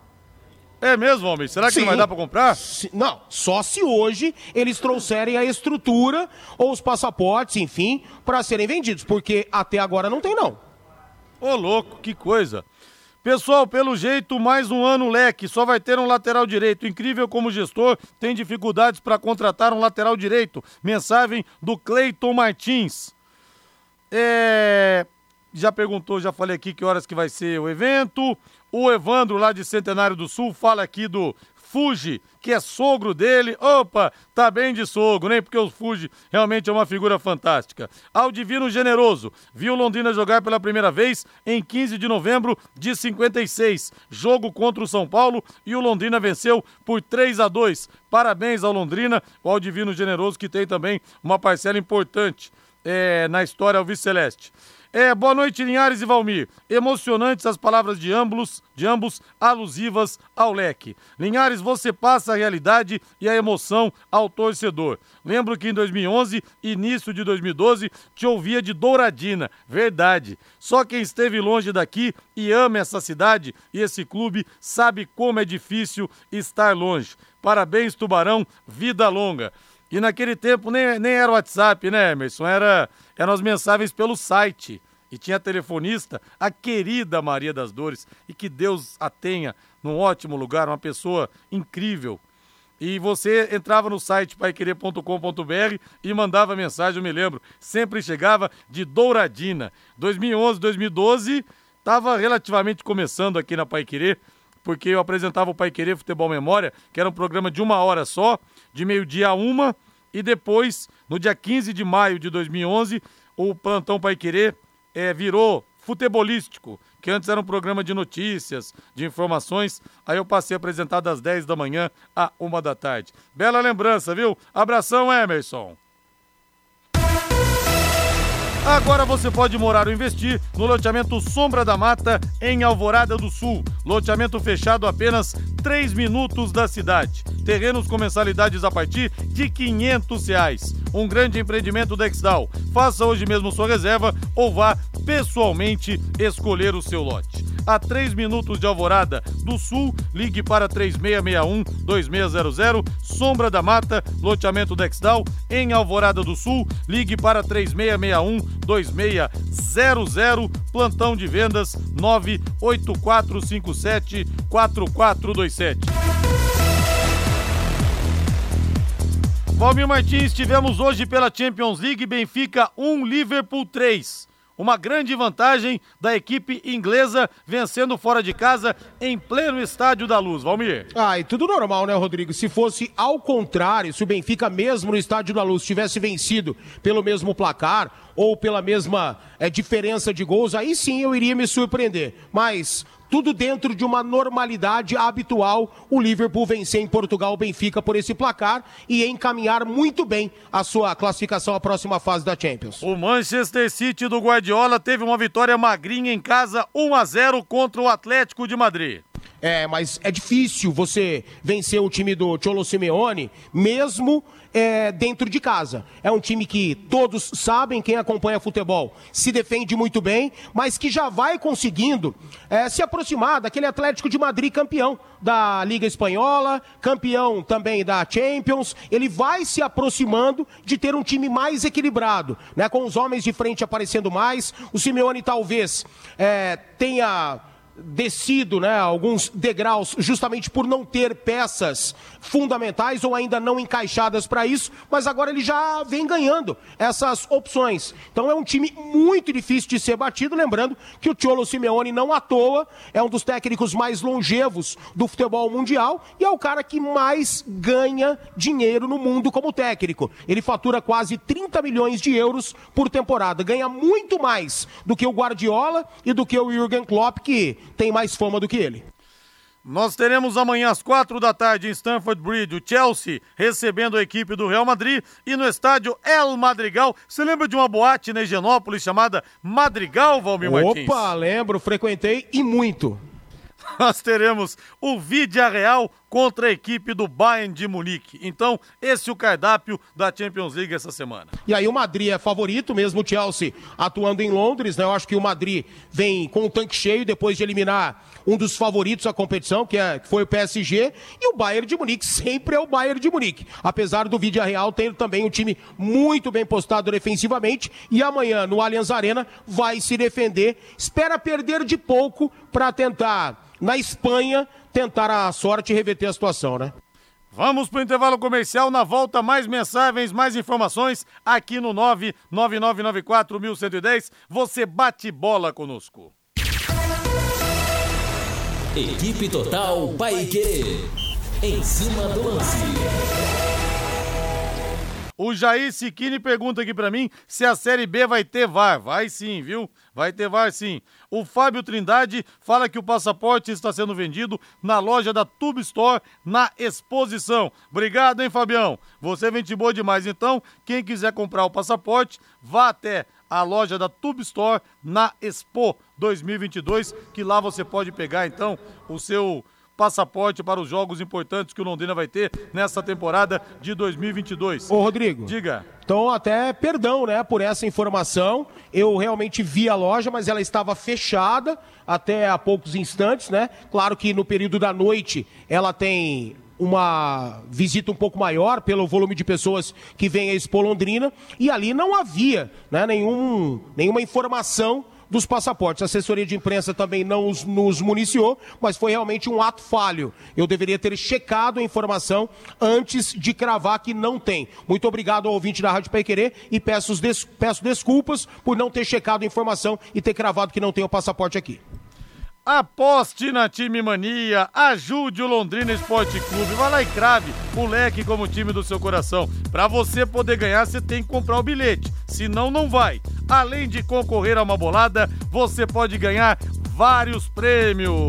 Speaker 2: É mesmo, homem? Será que não vai dar pra comprar?
Speaker 6: Não, só se hoje eles trouxerem a estrutura ou os passaportes, enfim, para serem vendidos, porque até agora não tem não.
Speaker 2: Ô, louco, que coisa. Pessoal, pelo jeito, mais um ano leque, só vai ter um lateral direito. Incrível como o gestor tem dificuldades para contratar um lateral direito. Mensagem do Cleiton Martins. Já perguntou, já falei aqui que horas que vai ser o evento. O Evandro, lá de Centenário do Sul, fala aqui do Fuji, que é sogro dele. Opa, tá bem de sogro, né? Porque o Fuji realmente é uma figura fantástica. Ao Divino Generoso, viu Londrina jogar pela primeira vez em 15 de novembro de 56. Jogo contra o São Paulo e o Londrina venceu por 3-2. Parabéns ao Londrina, ao Divino Generoso, que tem também uma parcela importante na história Alvice Celeste. Boa noite, Linhares e Valmir. Emocionantes as palavras de ambos, alusivas ao leque. Linhares, você passa a realidade e a emoção ao torcedor. Lembro que em 2011, início de 2012, te ouvia de Douradina. Verdade. Só quem esteve longe daqui e ama essa cidade e esse clube sabe como é difícil estar longe. Parabéns, Tubarão, vida longa. E naquele tempo nem era o WhatsApp, né, Emerson? Eram as mensagens pelo site. E tinha telefonista, a querida Maria das Dores. E que Deus a tenha num ótimo lugar, uma pessoa incrível. E você entrava no site paiquerê.com.br e mandava mensagem, eu me lembro. Sempre chegava de Douradina. 2011, 2012, estava relativamente começando aqui na Paiquerê, porque eu apresentava o Paiquerê Futebol Memória, que era um programa de 1 hora só, de meio-dia a 1, e depois, no dia 15 de maio de 2011, o Plantão Paiquerê virou futebolístico, que antes era um programa de notícias, de informações, aí eu passei a apresentar das 10 da manhã à 1 da tarde. Bela lembrança, viu? Abração, Emerson. Agora você pode morar ou investir no loteamento Sombra da Mata, em Alvorada do Sul. Loteamento fechado a apenas 3 minutos da cidade. Terrenos com mensalidades a partir de R$500. Um grande empreendimento da Exdal. Faça hoje mesmo sua reserva ou vá pessoalmente escolher o seu lote. A 3 minutos de Alvorada do Sul, ligue para 3661-2600. Sombra da Mata, loteamento da Exdal, em Alvorada do Sul, ligue para 3661-2600. Plantão de vendas 98457-4427. Valmir Martins, tivemos hoje pela Champions League Benfica 1, Liverpool 3. Uma grande vantagem da equipe inglesa vencendo fora de casa em pleno Estádio da Luz. Valmir.
Speaker 6: E tudo normal, né, Rodrigo? Se fosse ao contrário, se o Benfica mesmo no Estádio da Luz tivesse vencido pelo mesmo placar ou pela mesma diferença de gols, aí sim eu iria me surpreender. Mas tudo dentro de uma normalidade habitual, o Liverpool vencer em Portugal o Benfica por esse placar e encaminhar muito bem a sua classificação à próxima fase da Champions.
Speaker 2: O Manchester City do Guardiola teve uma vitória magrinha em casa, 1-0 contra o Atlético de Madrid.
Speaker 6: Mas é difícil você vencer o time do Cholo Simeone, mesmo dentro de casa. É um time que todos sabem, quem acompanha futebol se defende muito bem, mas que já vai conseguindo se aproximar daquele Atlético de Madrid campeão da Liga Espanhola, campeão também da Champions. Ele vai se aproximando de ter um time mais equilibrado, né, com os homens de frente aparecendo mais. O Simeone talvez tenha descido, né, alguns degraus justamente por não ter peças fundamentais ou ainda não encaixadas para isso, mas agora ele já vem ganhando essas opções. Então é um time muito difícil de ser batido, lembrando que o Cholo Simeone não à toa é um dos técnicos mais longevos do futebol mundial e é o cara que mais ganha dinheiro no mundo como técnico. Ele fatura quase 30 milhões de euros por temporada, ganha muito mais do que o Guardiola e do que o Jürgen Klopp, que tem mais fama do que ele.
Speaker 2: Nós teremos amanhã às 4 da tarde em Stamford Bridge o Chelsea recebendo a equipe do Real Madrid e no estádio El Madrigal. Você lembra de uma boate na Higienópolis chamada Madrigal, Valmir Martins?
Speaker 6: Opa, lembro, frequentei e muito.
Speaker 2: Nós teremos o Vídea Real contra a equipe do Bayern de Munique. Então, esse é o cardápio da Champions League essa semana.
Speaker 6: E aí o Madrid é favorito, mesmo o Chelsea atuando em Londres, né? Eu acho que o Madrid vem com o tanque cheio depois de eliminar um dos favoritos da competição, que foi o PSG, e o Bayern de Munique sempre é o Bayern de Munique. Apesar do Villarreal ter também um time muito bem postado defensivamente, e amanhã no Allianz Arena vai se defender, espera perder de pouco para tentar, na Espanha, tentar a sorte e reverter a situação, né?
Speaker 2: Vamos pro intervalo comercial, na volta mais mensagens, mais informações, aqui no 99994-1110, você bate bola conosco.
Speaker 1: Equipe Total Paiquerê, em cima do lance.
Speaker 2: O Jair Siquini pergunta aqui pra mim se a Série B vai ter VAR. Vai sim, viu? Vai ter VAR sim. O Fábio Trindade fala que o passaporte está sendo vendido na loja da Tube Store, na Exposição. Obrigado, hein, Fabião? Você é gente boa demais. Então, quem quiser comprar o passaporte, vá até a loja da Tube Store na Expo 2022, que lá você pode pegar, então, o seu passaporte para os jogos importantes que o Londrina vai ter nessa temporada de 2022.
Speaker 6: Ô, Rodrigo.
Speaker 2: Diga.
Speaker 6: Então, até perdão, né, por essa informação. Eu realmente vi a loja, mas ela estava fechada até há poucos instantes, né? Claro que no período da noite ela tem uma visita um pouco maior pelo volume de pessoas que vem a Expo Londrina, e ali não havia, né, nenhuma informação dos passaportes. A assessoria de imprensa também não nos municiou, mas foi realmente um ato falho. Eu deveria ter checado a informação antes de cravar que não tem. Muito obrigado ao ouvinte da Rádio Paiquerê e peço desculpas por não ter checado a informação e ter cravado que não tem o passaporte aqui.
Speaker 2: Aposte na Time Mania, ajude o Londrina Esporte Clube, vai lá e crave o leque como time do seu coração. Para você poder ganhar, você tem que comprar o bilhete, senão não vai. Além de concorrer a uma bolada, você pode ganhar vários prêmios.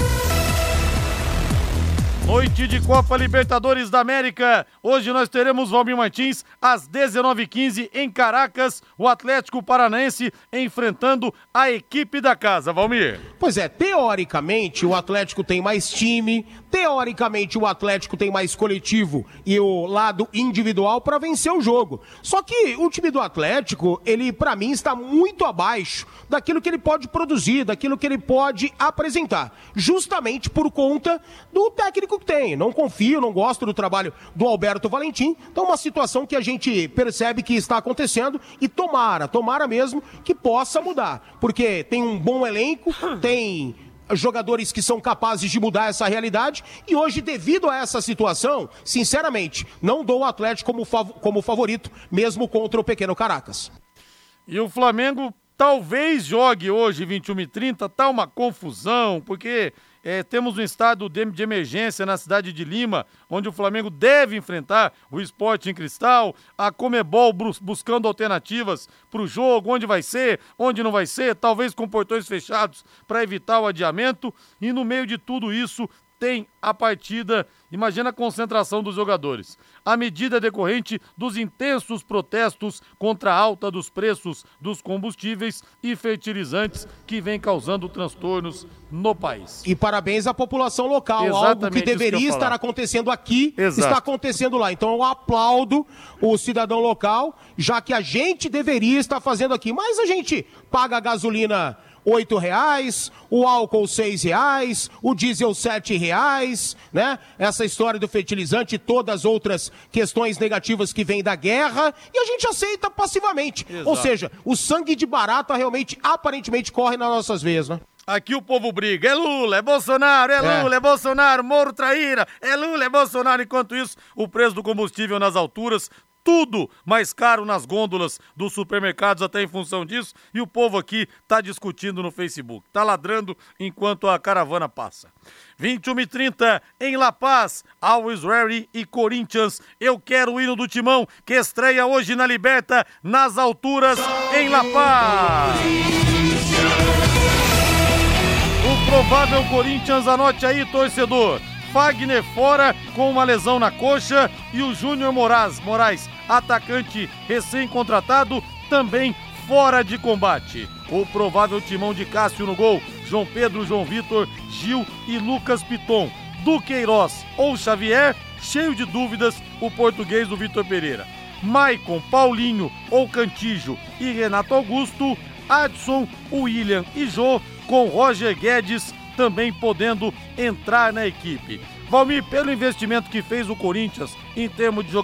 Speaker 2: Noite de Copa Libertadores da América. Hoje nós teremos Valmir Martins às 19h15 em Caracas, o Atlético Paranaense enfrentando a equipe da casa. Valmir.
Speaker 6: Pois é, teoricamente o Atlético tem mais time, teoricamente o Atlético tem mais coletivo e o lado individual para vencer o jogo. Só que o time do Atlético, ele para mim está muito abaixo daquilo que ele pode produzir, daquilo que ele pode apresentar, justamente por conta do técnico que tem. Não confio, não gosto do trabalho do Alberto Valentim. Então uma situação que a gente percebe que está acontecendo e tomara mesmo que possa mudar, porque tem um bom elenco, tem jogadores que são capazes de mudar essa realidade, e hoje, devido a essa situação, sinceramente, não dou o Atlético como favorito, mesmo contra o pequeno Caracas.
Speaker 2: E o Flamengo talvez jogue hoje 21h30, tá uma confusão, porque temos um estado de emergência na cidade de Lima, onde o Flamengo deve enfrentar o Sporting Cristal, a Comebol buscando alternativas para o jogo, onde vai ser, onde não vai ser, talvez com portões fechados para evitar o adiamento, e no meio de tudo isso tem a partida. Imagina a concentração dos jogadores. A medida decorrente dos intensos protestos contra a alta dos preços dos combustíveis e fertilizantes que vem causando transtornos no país.
Speaker 6: E parabéns à população local.
Speaker 2: Exatamente,
Speaker 6: algo que deveria estar acontecendo aqui,
Speaker 2: Exato.
Speaker 6: Está acontecendo lá. Então eu aplaudo o cidadão local, já que a gente deveria estar fazendo aqui. Mas a gente paga a gasolina R$8, o álcool R$6, o diesel R$7, né? Essa história do fertilizante e todas as outras questões negativas que vêm da guerra, e a gente aceita passivamente.
Speaker 2: Exato.
Speaker 6: Ou seja, o sangue de barata realmente, aparentemente, corre nas nossas veias, né?
Speaker 2: Aqui o povo briga, é Lula, é Bolsonaro, é Lula, é Bolsonaro, Moro traíra, é Lula, é Bolsonaro. Enquanto isso, o preço do combustível nas alturas, tudo mais caro nas gôndolas dos supermercados, até em função disso, e o povo aqui tá discutindo no Facebook, tá ladrando enquanto a caravana passa. 21h30 em La Paz, Always Ready e Corinthians. Eu quero o hino do Timão, que estreia hoje na Liberta, nas alturas, em La Paz. O provável Corinthians, anote aí, torcedor. Fagner fora com uma lesão na coxa e o Júnior Moraes, atacante recém-contratado, também fora de combate. O provável timão de Cássio no gol, João Pedro, João Vitor, Gil e Lucas Piton. Duqueiroz ou Xavier, cheio de dúvidas, o português do Vitor Pereira. Maicon, Paulinho ou Cantígio e Renato Augusto, Adson, William e Jô, com Roger Guedes também podendo entrar na equipe. Valmir, pelo investimento que fez o Corinthians em termos de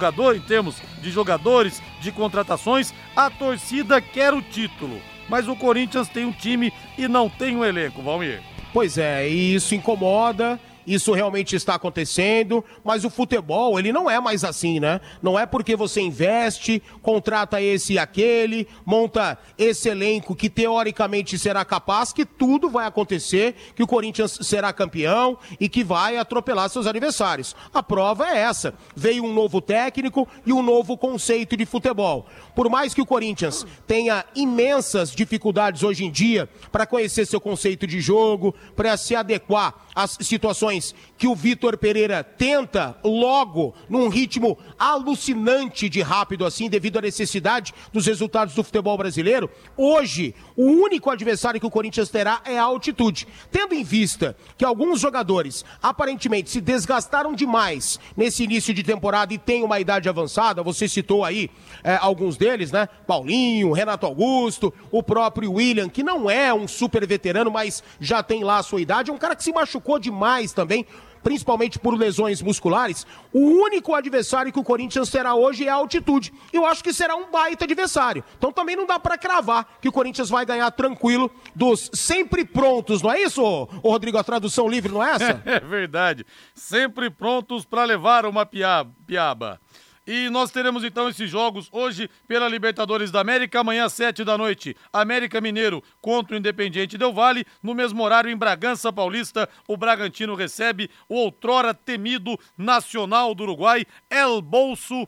Speaker 2: jogadores, de contratações, a torcida quer o título. Mas o Corinthians tem um time e não tem um elenco, Valmir.
Speaker 6: Pois é, e isso incomoda. Isso realmente está acontecendo, mas o futebol, ele não é mais assim, né? Não é porque você investe, contrata esse e aquele, monta esse elenco que teoricamente será capaz, que tudo vai acontecer, que o Corinthians será campeão e que vai atropelar seus adversários. A prova é essa. Veio um novo técnico e um novo conceito de futebol. Por mais que o Corinthians tenha imensas dificuldades hoje em dia para conhecer seu conceito de jogo, para se adequar às situações que o Vitor Pereira tenta logo num ritmo alucinante de rápido assim, devido à necessidade dos resultados do futebol brasileiro, hoje o único adversário que o Corinthians terá é a altitude. Tendo em vista que alguns jogadores aparentemente se desgastaram demais nesse início de temporada e têm uma idade avançada, você citou aí alguns deles, né? Paulinho, Renato Augusto, o próprio William, que não é um super veterano, mas já tem lá a sua idade, é um cara que se machucou demais também, principalmente por lesões musculares. O único adversário que o Corinthians terá hoje é a altitude. Eu acho que será um baita adversário. Então também não dá pra cravar que o Corinthians vai ganhar tranquilo dos sempre prontos, não é isso, Rodrigo? A tradução livre, não é essa?
Speaker 2: É verdade. Sempre prontos pra levar uma piaba. E nós teremos então esses jogos hoje pela Libertadores da América, amanhã às 7h, América Mineiro contra o Independiente Del Valle, no mesmo horário em Bragança Paulista, o Bragantino recebe o outrora temido Nacional do Uruguai, El Bolso,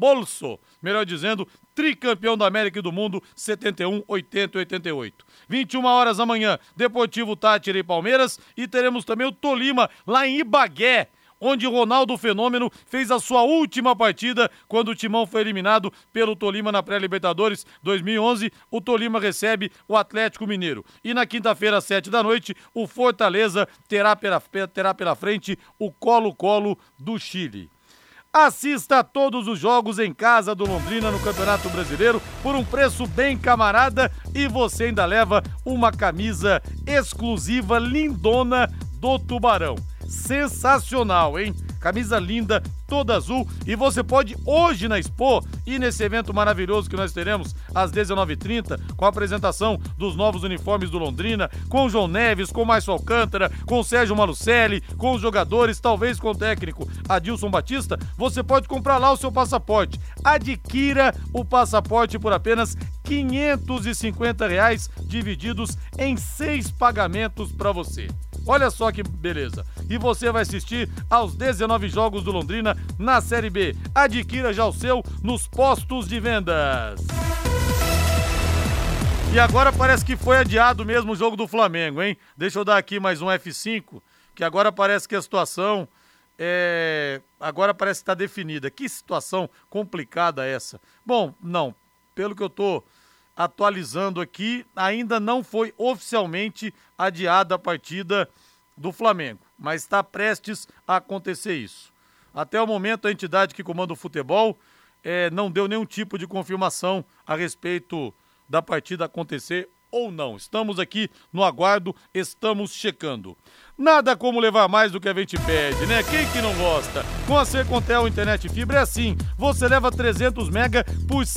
Speaker 2: melhor dizendo, tricampeão da América e do Mundo, 71, 80 e 88. 21h amanhã, Deportivo Táchira e Palmeiras, e teremos também o Tolima lá em Ibagué, onde Ronaldo Fenômeno fez a sua última partida quando o Timão foi eliminado pelo Tolima na pré-Libertadores 2011. O Tolima recebe o Atlético Mineiro. E na quinta-feira, às 7h, o Fortaleza terá pela frente o Colo-Colo do Chile. Assista a todos os jogos em casa do Londrina no Campeonato Brasileiro por um preço bem camarada e você ainda leva uma camisa exclusiva lindona do Tubarão. Sensacional, hein? Camisa linda, toda azul, e você pode hoje na Expo ir nesse evento maravilhoso que nós teremos às 19h30, com a apresentação dos novos uniformes do Londrina, com o João Neves, com o Márcio Alcântara, com o Sérgio Malucelli, com os jogadores, talvez com o técnico Adilson Batista. Você pode comprar lá o seu passaporte. Adquira o passaporte por apenas R$550, divididos em 6 pagamentos para você. Olha só que beleza. E você vai assistir aos 19 jogos do Londrina na Série B. Adquira já o seu nos postos de vendas. E agora parece que foi adiado mesmo o jogo do Flamengo, hein? Deixa eu dar aqui mais um F5, que agora parece que a situação agora parece que está definida. Que situação complicada essa. Bom, não, pelo que eu tô atualizando aqui, ainda não foi oficialmente adiada a partida do Flamengo, mas está prestes a acontecer isso. Até o momento, a entidade que comanda o futebol não deu nenhum tipo de confirmação a respeito da partida acontecer ou não. Estamos aqui no aguardo, estamos checando. Nada como levar mais do que a gente pede, né? Quem que não gosta? Com a Sercontel Internet Fibra é assim, você leva 300 mega por R$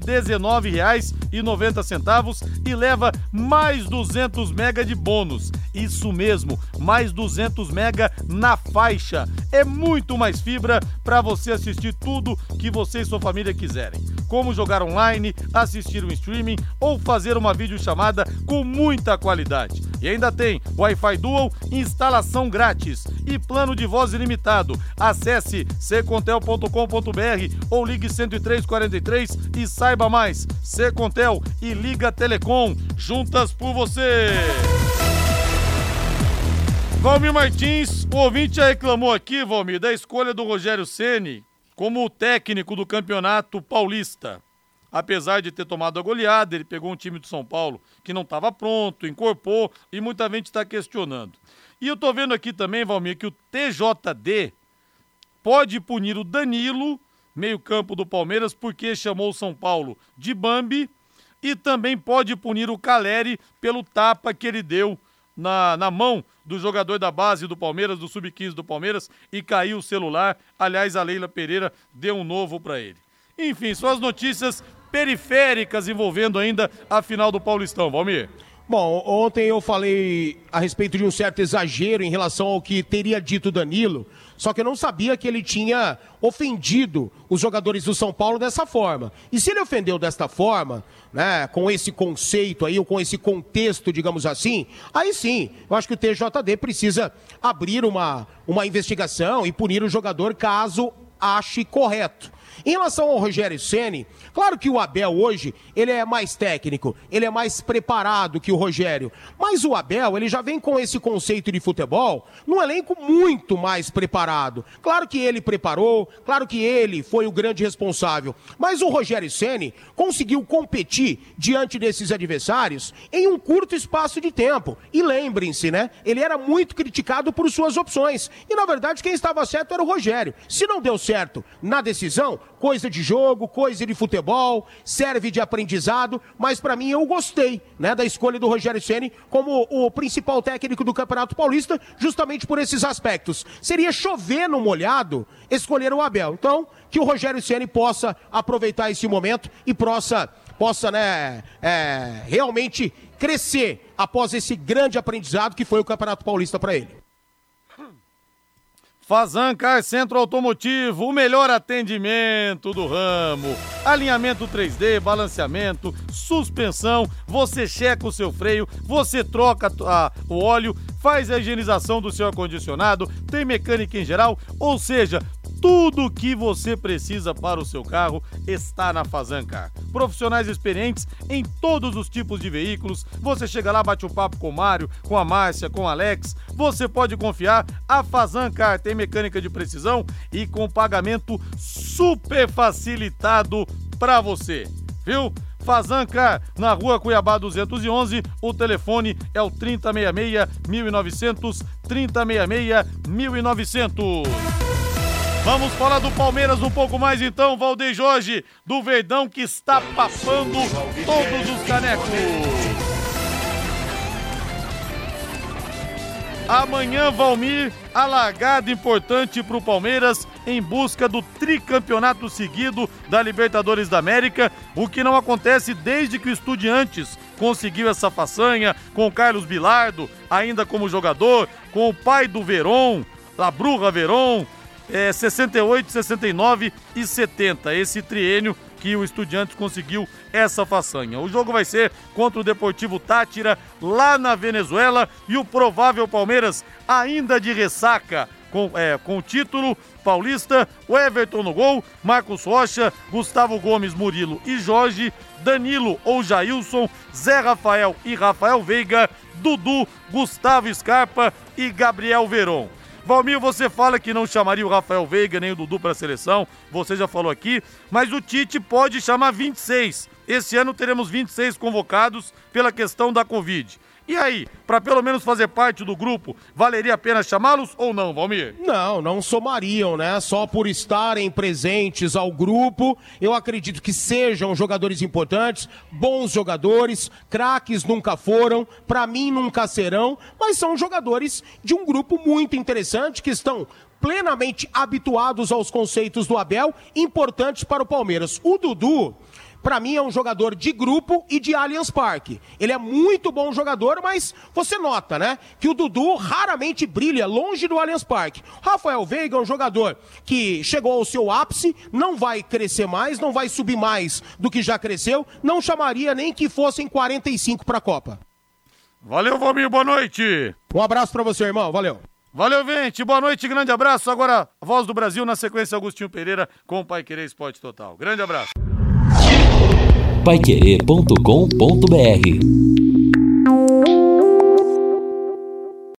Speaker 2: 119,90 e leva mais 200 mega de bônus. Isso mesmo, mais 200 mega na faixa. É muito mais fibra para você assistir tudo que você e sua família quiserem. Como jogar online, assistir um streaming ou fazer uma videochamada com muita qualidade. E ainda tem Wi-Fi Dual, instalação grátis e plano de voz ilimitado. Acesse sercontel.com.br ou ligue 10343 e saiba mais. Sercontel e Liga Telecom, juntas por você. Valmir Martins, o ouvinte já reclamou aqui, Valmir, da escolha do Rogério Ceni como técnico do Campeonato Paulista. Apesar de ter tomado a goleada, ele pegou um time do São Paulo que não estava pronto, incorporou e muita gente está questionando. E eu tô vendo aqui também, Valmir, que o TJD pode punir o Danilo, meio-campo do Palmeiras, porque chamou o São Paulo de Bambi, e também pode punir o Caleri pelo tapa que ele deu na mão do jogador da base do Palmeiras, do Sub-15 do Palmeiras, e caiu o celular. Aliás, a Leila Pereira deu um novo para ele. Enfim, são as notícias periféricas envolvendo ainda a final do Paulistão, Valmir.
Speaker 6: Bom, ontem eu falei a respeito de um certo exagero em relação ao que teria dito Danilo, só que eu não sabia que ele tinha ofendido os jogadores do São Paulo dessa forma. E se ele ofendeu desta forma, né, com esse conceito aí, ou com esse contexto, digamos assim, aí sim, eu acho que o TJD precisa abrir uma investigação e punir o jogador caso ache correto. Em relação ao Rogério Ceni, claro que o Abel hoje, ele é mais técnico, ele é mais preparado que o Rogério, mas o Abel, ele já vem com esse conceito de futebol num elenco muito mais preparado. Claro que ele preparou, claro que ele foi o grande responsável, mas o Rogério Ceni conseguiu competir diante desses adversários em um curto espaço de tempo. E lembrem-se, né, ele era muito criticado por suas opções, e na verdade quem estava certo era o Rogério. Se não deu certo na decisão, coisa de jogo, coisa de futebol, serve de aprendizado, mas para mim eu gostei, né, da escolha do Rogério Ceni como o principal técnico do Campeonato Paulista, justamente por esses aspectos. Seria chover no molhado escolher o Abel. Então, que o Rogério Ceni possa aproveitar esse momento e possa né, realmente crescer após esse grande aprendizado que foi o Campeonato Paulista para ele.
Speaker 2: Fazan Car Centro Automotivo, o melhor atendimento do ramo. Alinhamento 3D, balanceamento, suspensão, você checa o seu freio, você troca o óleo, faz a higienização do seu ar-condicionado, tem mecânica em geral, ou seja, tudo o que você precisa para o seu carro está na Fazan Car. Profissionais experientes em todos os tipos de veículos. Você chega lá, bate um papo com o Mário, com a Márcia, com o Alex. Você pode confiar. A Fazan Car tem mecânica de precisão e com pagamento super facilitado para você. Viu? Fazan Car, na rua Cuiabá 211, o telefone é o 3066-1900, 3066-1900. Vamos falar do Palmeiras um pouco mais então, Valdeir Jorge, do Verdão que está papando todos os canecos. Amanhã, Valmir, a largada importante para o Palmeiras em busca do tricampeonato seguido da Libertadores da América, o que não acontece desde que o Estudiantes conseguiu essa façanha, com o Carlos Bilardo ainda como jogador, com o pai do Verón, a Bruja Verón, 68, 69 e 70, esse triênio que o Estudiantes conseguiu essa façanha. O jogo vai ser contra o Deportivo Táchira, lá na Venezuela, e o provável Palmeiras ainda de ressaca com o título paulista, o Everton no gol, Marcos Rocha, Gustavo Gomes, Murilo e Jorge, Danilo ou Jailson, Zé Rafael e Rafael Veiga, Dudu, Gustavo Scarpa e Gabriel Verón. Valmir, você fala que não chamaria o Rafael Veiga nem o Dudu para a seleção, você já falou aqui, mas o Tite pode chamar 26. Esse ano teremos 26 convocados pela questão da Covid. E aí, para pelo menos fazer parte do grupo, valeria a pena chamá-los ou não, Valmir?
Speaker 6: Não somariam, né? Só por estarem presentes ao grupo, eu acredito que sejam jogadores importantes, bons jogadores, craques nunca foram, para mim nunca serão, mas são jogadores de um grupo muito interessante que estão plenamente habituados aos conceitos do Abel, importantes para o Palmeiras. O Dudu, para mim, é um jogador de grupo e de Allianz Parque. Ele é muito bom jogador, mas você nota, né, que o Dudu raramente brilha longe do Allianz Parque. Rafael Veiga é um jogador que chegou ao seu ápice, não vai crescer mais, não vai subir mais do que já cresceu, não chamaria nem que fossem 45 para a Copa.
Speaker 2: Valeu, Valmir, boa noite.
Speaker 6: Um abraço para você, irmão, valeu.
Speaker 2: Valeu, gente, boa noite, grande abraço. Agora, Voz do Brasil, na sequência, Agostinho Pereira com o Pai Querer Esporte Total. Grande abraço.
Speaker 1: paiquerê.com.br